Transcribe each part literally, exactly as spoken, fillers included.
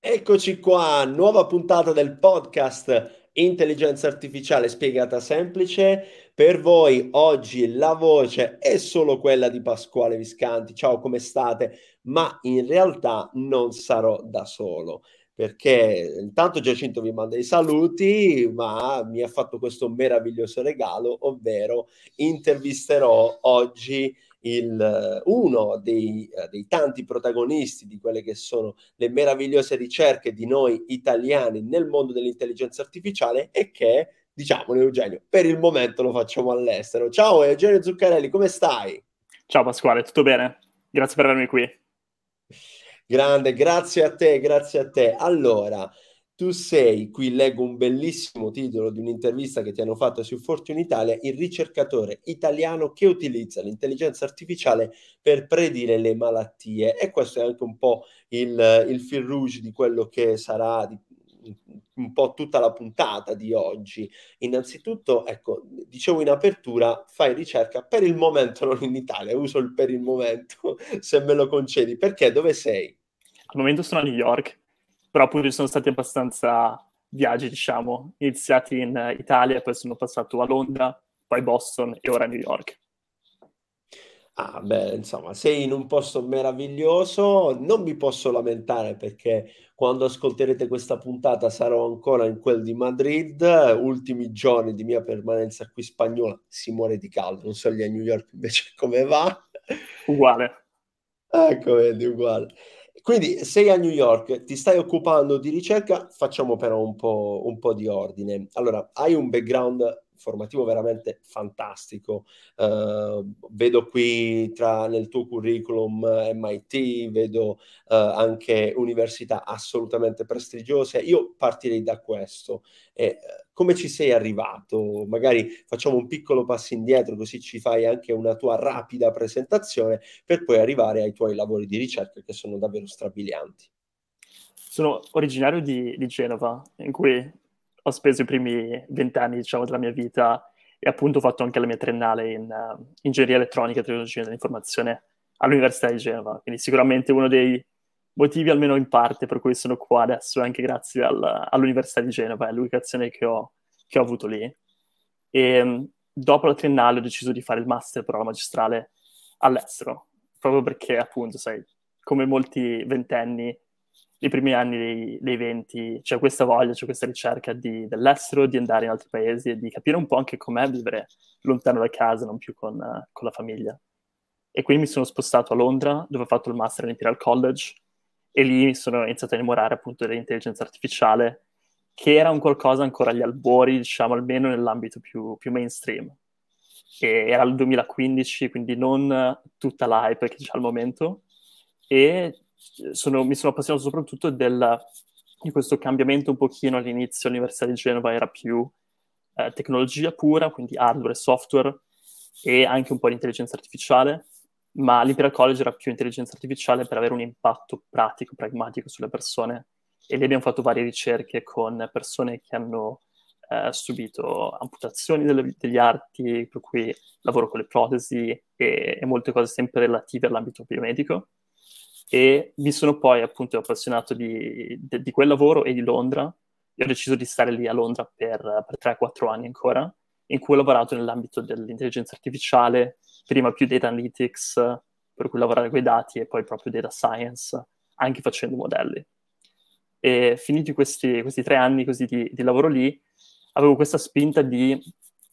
Eccoci qua, nuova puntata del podcast Intelligenza Artificiale Spiegata Semplice. Per voi oggi la voce è solo quella di Pasquale Viscanti. Ciao, come state? Ma in realtà non sarò da solo, perché intanto Giacinto vi manda i saluti, ma mi ha fatto questo meraviglioso regalo, ovvero intervisterò oggi il, uno dei, eh, dei tanti protagonisti di quelle che sono le meravigliose ricerche di noi italiani nel mondo dell'intelligenza artificiale e che, diciamolo Eugenio, per il momento lo facciamo all'estero. Ciao Eugenio Zuccarelli, come stai? Ciao Pasquale, tutto bene? Grazie per avermi qui. Grande, grazie a te, grazie a te. Allora, tu sei, qui leggo un bellissimo titolo di un'intervista che ti hanno fatto su Fortune Italia, il ricercatore italiano che utilizza l'intelligenza artificiale per predire le malattie. E questo è anche un po' il, il fil rouge di quello che sarà di- un po' tutta la puntata di oggi. Innanzitutto, ecco, dicevo in apertura, fai ricerca per il momento non in Italia, uso il per il momento, se me lo concedi, perché dove sei? Al momento sono a New York, però appunto ci sono stati abbastanza viaggi, diciamo, iniziati in eh, Italia, poi sono passato a Londra, poi Boston e ora a New York. Ah, beh, insomma, sei in un posto meraviglioso, non mi posso lamentare perché quando ascolterete questa puntata sarò ancora in quel di Madrid, ultimi giorni di mia permanenza qui spagnola, si muore di caldo, non so lì a New York invece come va. Uguale. Ecco, vedi, uguale. Quindi sei a New York, ti stai occupando di ricerca, facciamo però un po', un po' di ordine. Allora, hai un background formativo veramente fantastico. Eh, vedo qui tra, nel tuo curriculum M I T, vedo eh, anche università assolutamente prestigiose. Io partirei da questo. E, eh, come ci sei arrivato? Magari facciamo un piccolo passo indietro, così ci fai anche una tua rapida presentazione per poi arrivare ai tuoi lavori di ricerca che sono davvero strabilianti. Sono originario di, di Genova, in cui ho speso i primi vent'anni, diciamo, della mia vita e appunto ho fatto anche la mia triennale in uh, ingegneria elettronica e tecnologia dell'informazione all'Università di Genova. Quindi sicuramente uno dei motivi, almeno in parte, per cui sono qua adesso, è anche grazie al- all'Università di Genova e all'educazione che ho, che ho avuto lì. E mh, dopo la triennale ho deciso di fare il master, però la magistrale all'estero, proprio perché appunto, sai, come molti ventenni, nei primi anni dei, dei venti c'è questa voglia, c'è questa ricerca di- dell'estero, di andare in altri paesi e di capire un po' anche com'è vivere lontano da casa, non più con, eh, con la famiglia. E quindi mi sono spostato a Londra, dove ho fatto il master all'Imperial College, e lì mi sono iniziato a innamorare appunto dell'intelligenza artificiale, che era un qualcosa ancora agli albori, diciamo, almeno nell'ambito più, più mainstream. E era il duemilaquindici, quindi non tutta l'hype che c'è al momento, e sono- mi sono appassionato soprattutto del- di questo cambiamento un pochino all'inizio. L'Università di Genova era più eh, tecnologia pura, quindi hardware e software, e anche un po' di intelligenza artificiale, ma l'Imperial College era più intelligenza artificiale per avere un impatto pratico, pragmatico sulle persone. E lì abbiamo fatto varie ricerche con persone che hanno eh, subito amputazioni delle- degli arti, per cui lavoro con le protesi e, e molte cose sempre relative all'ambito biomedico. E mi sono poi appunto appassionato di, de- di quel lavoro e di Londra, e ho deciso di stare lì a Londra per, per tre quattro anni ancora, in cui ho lavorato nell'ambito dell'intelligenza artificiale, prima più data analytics, per cui lavorare con i dati, e poi proprio data science, anche facendo modelli. E finiti questi, questi tre anni così di, di lavoro lì, avevo questa spinta di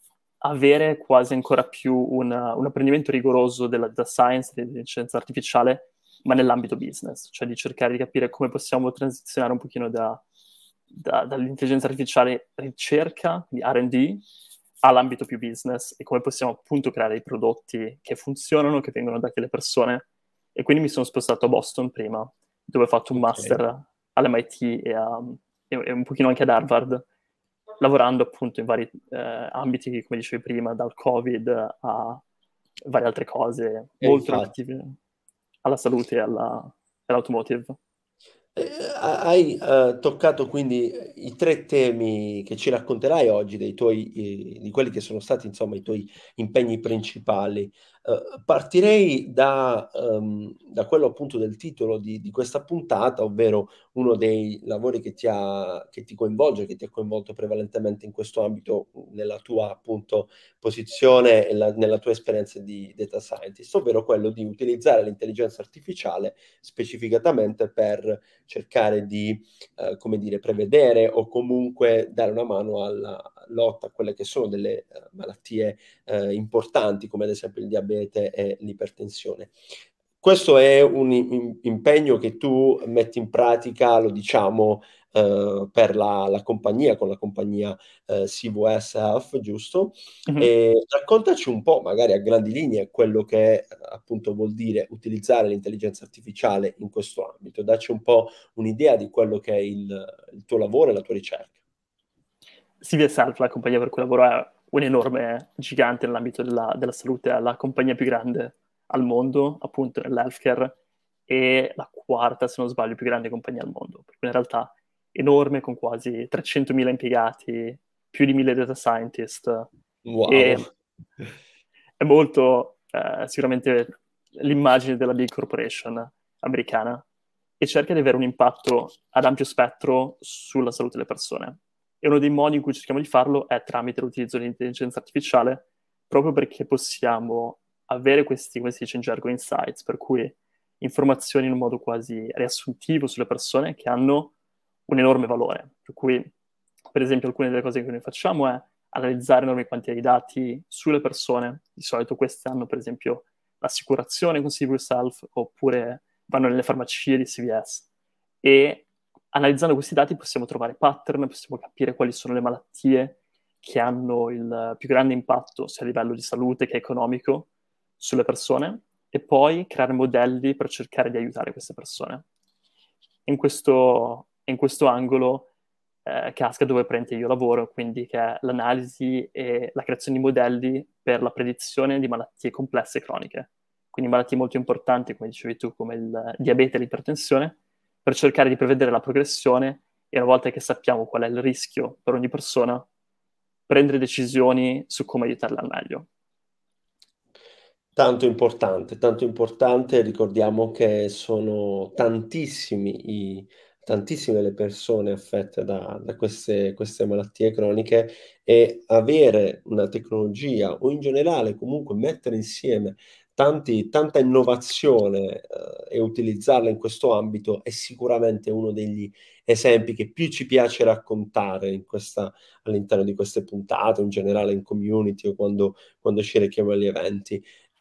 avere quasi ancora più un, un apprendimento rigoroso della data science, dell'intelligenza artificiale, ma nell'ambito business, cioè di cercare di capire come possiamo transizionare un pochino da, da- dall'intelligenza artificiale ricerca, quindi R and D, all'ambito più business, e come possiamo appunto creare dei prodotti che funzionano, che vengono da quelle persone. E quindi mi sono spostato a Boston prima, dove ho fatto un Ok. master all'M I T e, a- e- e un pochino anche ad Harvard, lavorando appunto in vari eh, ambiti, come dicevi prima, dal Covid a varie altre cose E molto infatti. relative alla salute e alla- all'automotive. Eh, hai eh, toccato quindi i tre temi che ci racconterai oggi, dei tuoi, eh, di quelli che sono stati, insomma, i tuoi impegni principali. Eh, partirei da, ehm, da quello appunto del titolo di, di questa puntata, ovvero uno dei lavori che ti ha, che ti coinvolge, che ti ha coinvolto prevalentemente in questo ambito, nella tua appunto posizione e la- nella tua esperienza di data scientist, ovvero quello di utilizzare l'intelligenza artificiale specificatamente per cercare di, eh, come dire, prevedere o comunque dare una mano alla lotta a quelle che sono delle eh, malattie eh, importanti, come ad esempio il diabete e l'ipertensione. Questo è un im- impegno che tu metti in pratica, lo diciamo, eh, per la, la compagnia, con la compagnia eh, C V S Health, giusto? Mhm. E raccontaci un po', magari a grandi linee, quello che eh, appunto vuol dire utilizzare l'intelligenza artificiale in questo ambito. Dacci un po' un'idea di quello che è il, il tuo lavoro e la tua ricerca. C V S Health, la compagnia per cui lavoro, è un enorme gigante nell'ambito della, della salute, è la compagnia più grande al mondo, appunto nell'healthcare, e la quarta, se non sbaglio, più grande compagnia al mondo. Per cui in realtà enorme, con quasi trecentomila impiegati, più di mille data scientist, Wow. e è molto eh, sicuramente l'immagine della big corporation americana, e cerca di avere un impatto ad ampio spettro sulla salute delle persone. E uno dei modi in cui cerchiamo di farlo è tramite l'utilizzo dell'intelligenza artificiale, proprio perché possiamo avere questi, come si dice in gergo, insights, per cui informazioni in un modo quasi riassuntivo sulle persone che hanno un enorme valore. Per cui, per esempio, alcune delle cose che noi facciamo è analizzare enormi quantità di dati sulle persone. Di solito queste hanno, per esempio, l'assicurazione con C V S Health, oppure vanno nelle farmacie di C V S. E analizzando questi dati possiamo trovare pattern, possiamo capire quali sono le malattie che hanno il più grande impatto sia a livello di salute che economico sulle persone, e poi creare modelli per cercare di aiutare queste persone. In questo, in questo angolo eh, casca dove prende io lavoro, quindi che è l'analisi e la creazione di modelli per la predizione di malattie complesse e croniche. Quindi malattie molto importanti, come dicevi tu, come il diabete e l'ipertensione, per cercare di prevedere la progressione, e una volta che sappiamo qual è il rischio per ogni persona, prendere decisioni su come aiutarla al meglio. Tanto importante, tanto importante, ricordiamo che sono tantissimi i- tantissime le persone affette da, da queste, queste malattie croniche, e avere una tecnologia o in generale comunque mettere insieme tanti- tanta innovazione eh, e utilizzarla in questo ambito è sicuramente uno degli esempi che più ci piace raccontare in questa- all'interno di queste puntate, o in generale in community o quando, quando ci richiamo agli eventi.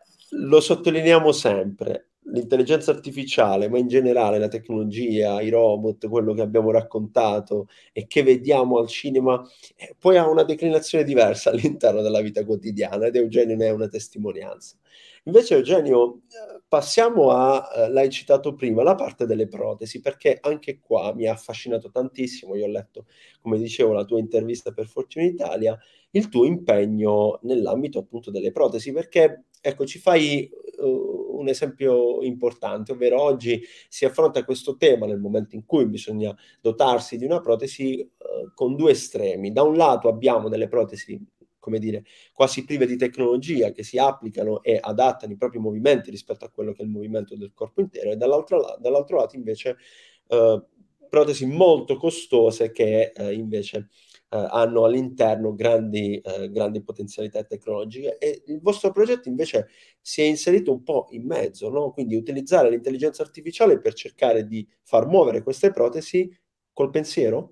Lo sottolineiamo sempre, l'intelligenza artificiale, ma in generale la tecnologia, i robot, quello che abbiamo raccontato e che vediamo al cinema, eh, poi ha una declinazione diversa all'interno della vita quotidiana, ed Eugenio ne è una testimonianza. Invece, Eugenio, eh, passiamo a, eh, l'hai citato prima, la parte delle protesi, perché anche qua mi ha affascinato tantissimo. Io ho letto, come dicevo, la tua intervista per Fortune Italia, il tuo impegno nell'ambito appunto delle protesi, perché ecco, ci fai uh, un esempio importante, ovvero oggi si affronta questo tema nel momento in cui bisogna dotarsi di una protesi uh, con due estremi. Da un lato abbiamo delle protesi, come dire, quasi prive di tecnologia, che si applicano e adattano i propri movimenti rispetto a quello che è il movimento del corpo intero, e dall'altro, la- dall'altro lato invece uh, protesi molto costose che uh, invece eh, hanno all'interno grandi, eh, grandi potenzialità tecnologiche, e il vostro progetto invece si è inserito un po' in mezzo, no? Quindi utilizzare l'intelligenza artificiale per cercare di far muovere queste protesi col pensiero?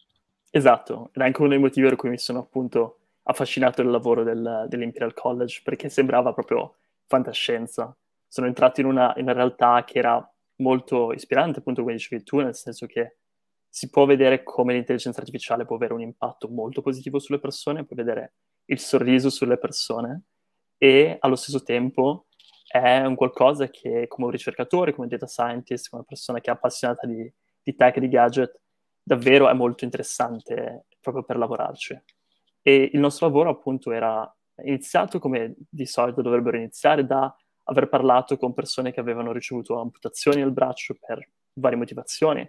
Esatto, ed è anche uno dei motivi per cui mi sono appunto affascinato del lavoro del, dell'Imperial College, perché sembrava proprio fantascienza. Sono entrato in una, in una realtà che era molto ispirante, appunto come dicevi tu, nel senso che si può vedere come l'intelligenza artificiale può avere un impatto molto positivo sulle persone, può vedere il sorriso sulle persone, e allo stesso tempo è un qualcosa che, come un ricercatore, come un data scientist, come una persona che è appassionata di, di tech e di gadget, davvero è molto interessante proprio per lavorarci. E il nostro lavoro appunto era iniziato come di solito dovrebbero iniziare, da aver parlato con persone che avevano ricevuto amputazioni al braccio per varie motivazioni,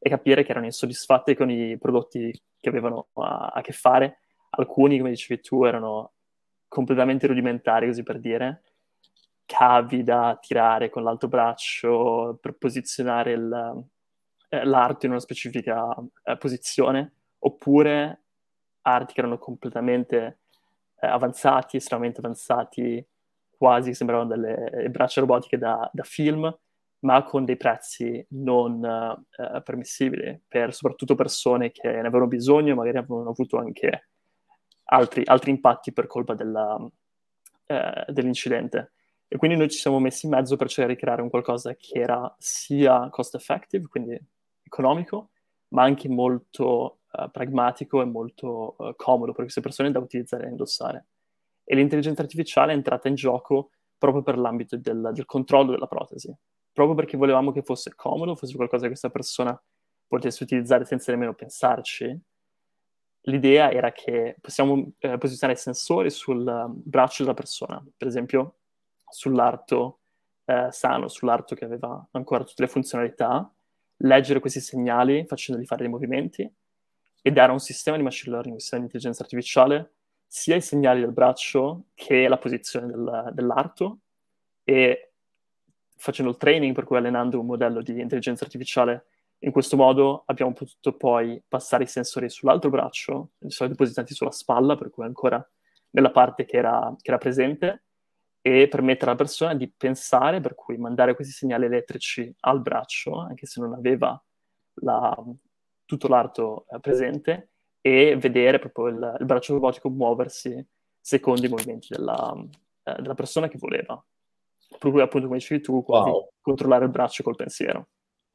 e capire che erano insoddisfatti con i prodotti che avevano a, a che fare. Alcuni, come dicevi tu, erano completamente rudimentari, così per dire, cavi da tirare con l'alto braccio per posizionare il, eh, l'arto in una specifica eh, posizione, oppure arti che erano completamente eh, avanzati, estremamente avanzati, quasi sembravano delle braccia robotiche da, da film, ma con dei prezzi non eh, permissibili, per soprattutto persone che ne avevano bisogno e magari avevano avuto anche altri, altri impatti per colpa della, eh, dell'incidente. E quindi noi ci siamo messi in mezzo per cercare di creare un qualcosa che era sia cost effective, quindi economico, ma anche molto uh, pragmatico e molto uh, comodo per queste persone da utilizzare e indossare. E l'intelligenza artificiale è entrata in gioco proprio per l'ambito del, del controllo della protesi, proprio perché volevamo che fosse comodo, fosse qualcosa che questa persona potesse utilizzare senza nemmeno pensarci. L'idea era che possiamo eh, posizionare sensori sul uh, braccio della persona, per esempio sull'arto eh, sano, sull'arto che aveva ancora tutte le funzionalità, leggere questi segnali facendogli fare dei movimenti e dare a un sistema di machine learning, un sistema di intelligenza artificiale, sia i segnali del braccio che la posizione del, dell'arto, e facendo il training, per cui allenando un modello di intelligenza artificiale. In questo modo abbiamo potuto poi passare i sensori sull'altro braccio, di solito posizionati sulla spalla, per cui ancora nella parte che era, che era presente, e permettere alla persona di pensare, per cui mandare questi segnali elettrici al braccio, anche se non aveva la, tutto l'arto eh, presente, e vedere proprio il, il braccio robotico muoversi secondo i movimenti della, eh, della persona che voleva. Per cui, appunto, come dicevi tu, quasi Wow. controllare il braccio col pensiero.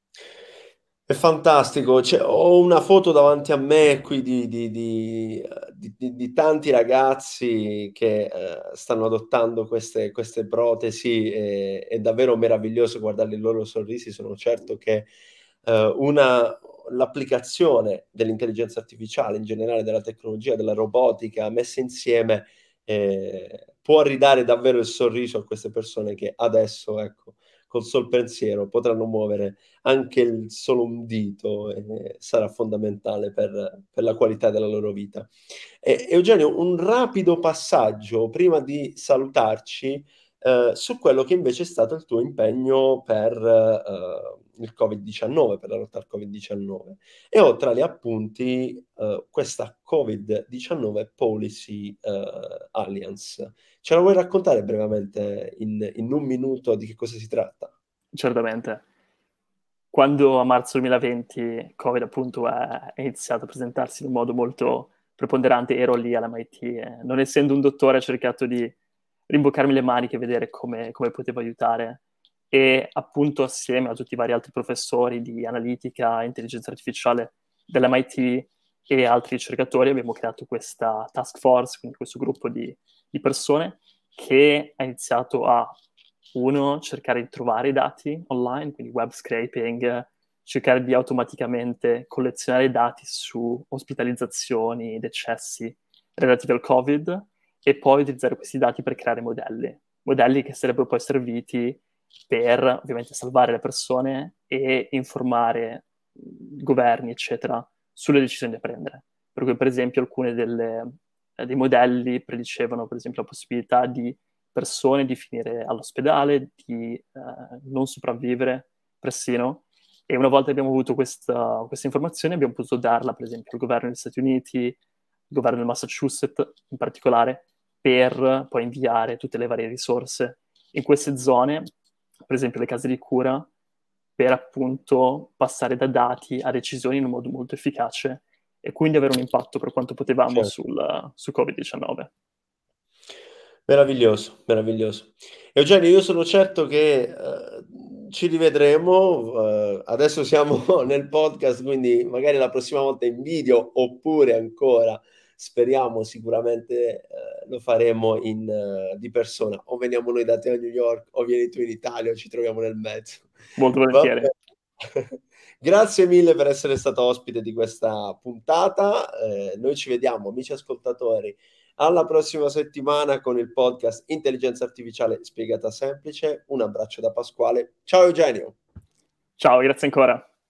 È fantastico, cioè, ho una foto davanti a me qui di, di- di, eh, di- di- di tanti ragazzi che eh, stanno adottando queste, queste protesi e è davvero meraviglioso guardare i loro sorrisi. Sono certo che eh, una- l'applicazione dell'intelligenza artificiale, in generale della tecnologia, della robotica, messa insieme, eh, può ridare davvero il sorriso a queste persone che adesso, ecco, col sol pensiero potranno muovere anche il solo un dito eh, sarà fondamentale per, per la qualità della loro vita. Eh, Eugenio, un rapido passaggio prima di salutarci eh, su quello che invece è stato il tuo impegno per eh, il covid diciannove, per la lotta al covid diciannove. E ho tra gli appunti eh, questa covid diciannove Policy eh, Alliance. Ce la vuoi raccontare brevemente in, in un minuto di che cosa si tratta? Certamente. Quando a marzo duemilaventi Covid appunto è, è iniziato a presentarsi in un modo molto preponderante, ero lì all'M I T e, non essendo un dottore, ho cercato di rimboccarmi le maniche e vedere come, come potevo aiutare. E appunto assieme a tutti i vari altri professori di analitica e intelligenza artificiale dell'M I T e altri ricercatori abbiamo creato questa task force, quindi questo gruppo di, di persone che ha iniziato a, uno, cercare di trovare i dati online, quindi web scraping, cercare di automaticamente collezionare dati su ospitalizzazioni, decessi relativi al Covid, e poi utilizzare questi dati per creare modelli, modelli che sarebbero poi serviti per ovviamente salvare le persone e informare governi, eccetera, sulle decisioni da prendere. Per cui, per esempio, alcuni delle, eh, dei modelli predicevano, per esempio, la possibilità di persone di finire all'ospedale, di eh, non sopravvivere persino. E una volta che abbiamo avuto questa, questa informazione, abbiamo potuto darla, per esempio, al governo degli Stati Uniti, il governo del Massachusetts in particolare, per poi inviare tutte le varie risorse in queste zone, per esempio le case di cura, per appunto passare da dati a decisioni in un modo molto efficace e quindi avere un impatto per quanto potevamo Certo. sul, su covid diciannove. Meraviglioso, meraviglioso. Eugenio, io sono certo che eh, ci rivedremo. Eh, adesso siamo nel podcast, quindi magari la prossima volta in video, oppure ancora, speriamo sicuramente eh, lo faremo in, eh, di persona. O veniamo noi da te a New York, o vieni tu in Italia, o ci troviamo nel mezzo. Molto Va volentieri. bene. Grazie mille per essere stato ospite di questa puntata. Eh, noi ci vediamo, amici ascoltatori, alla prossima settimana con il podcast Intelligenza Artificiale Spiegata Semplice. Un abbraccio da Pasquale. Ciao Eugenio. Ciao, grazie ancora.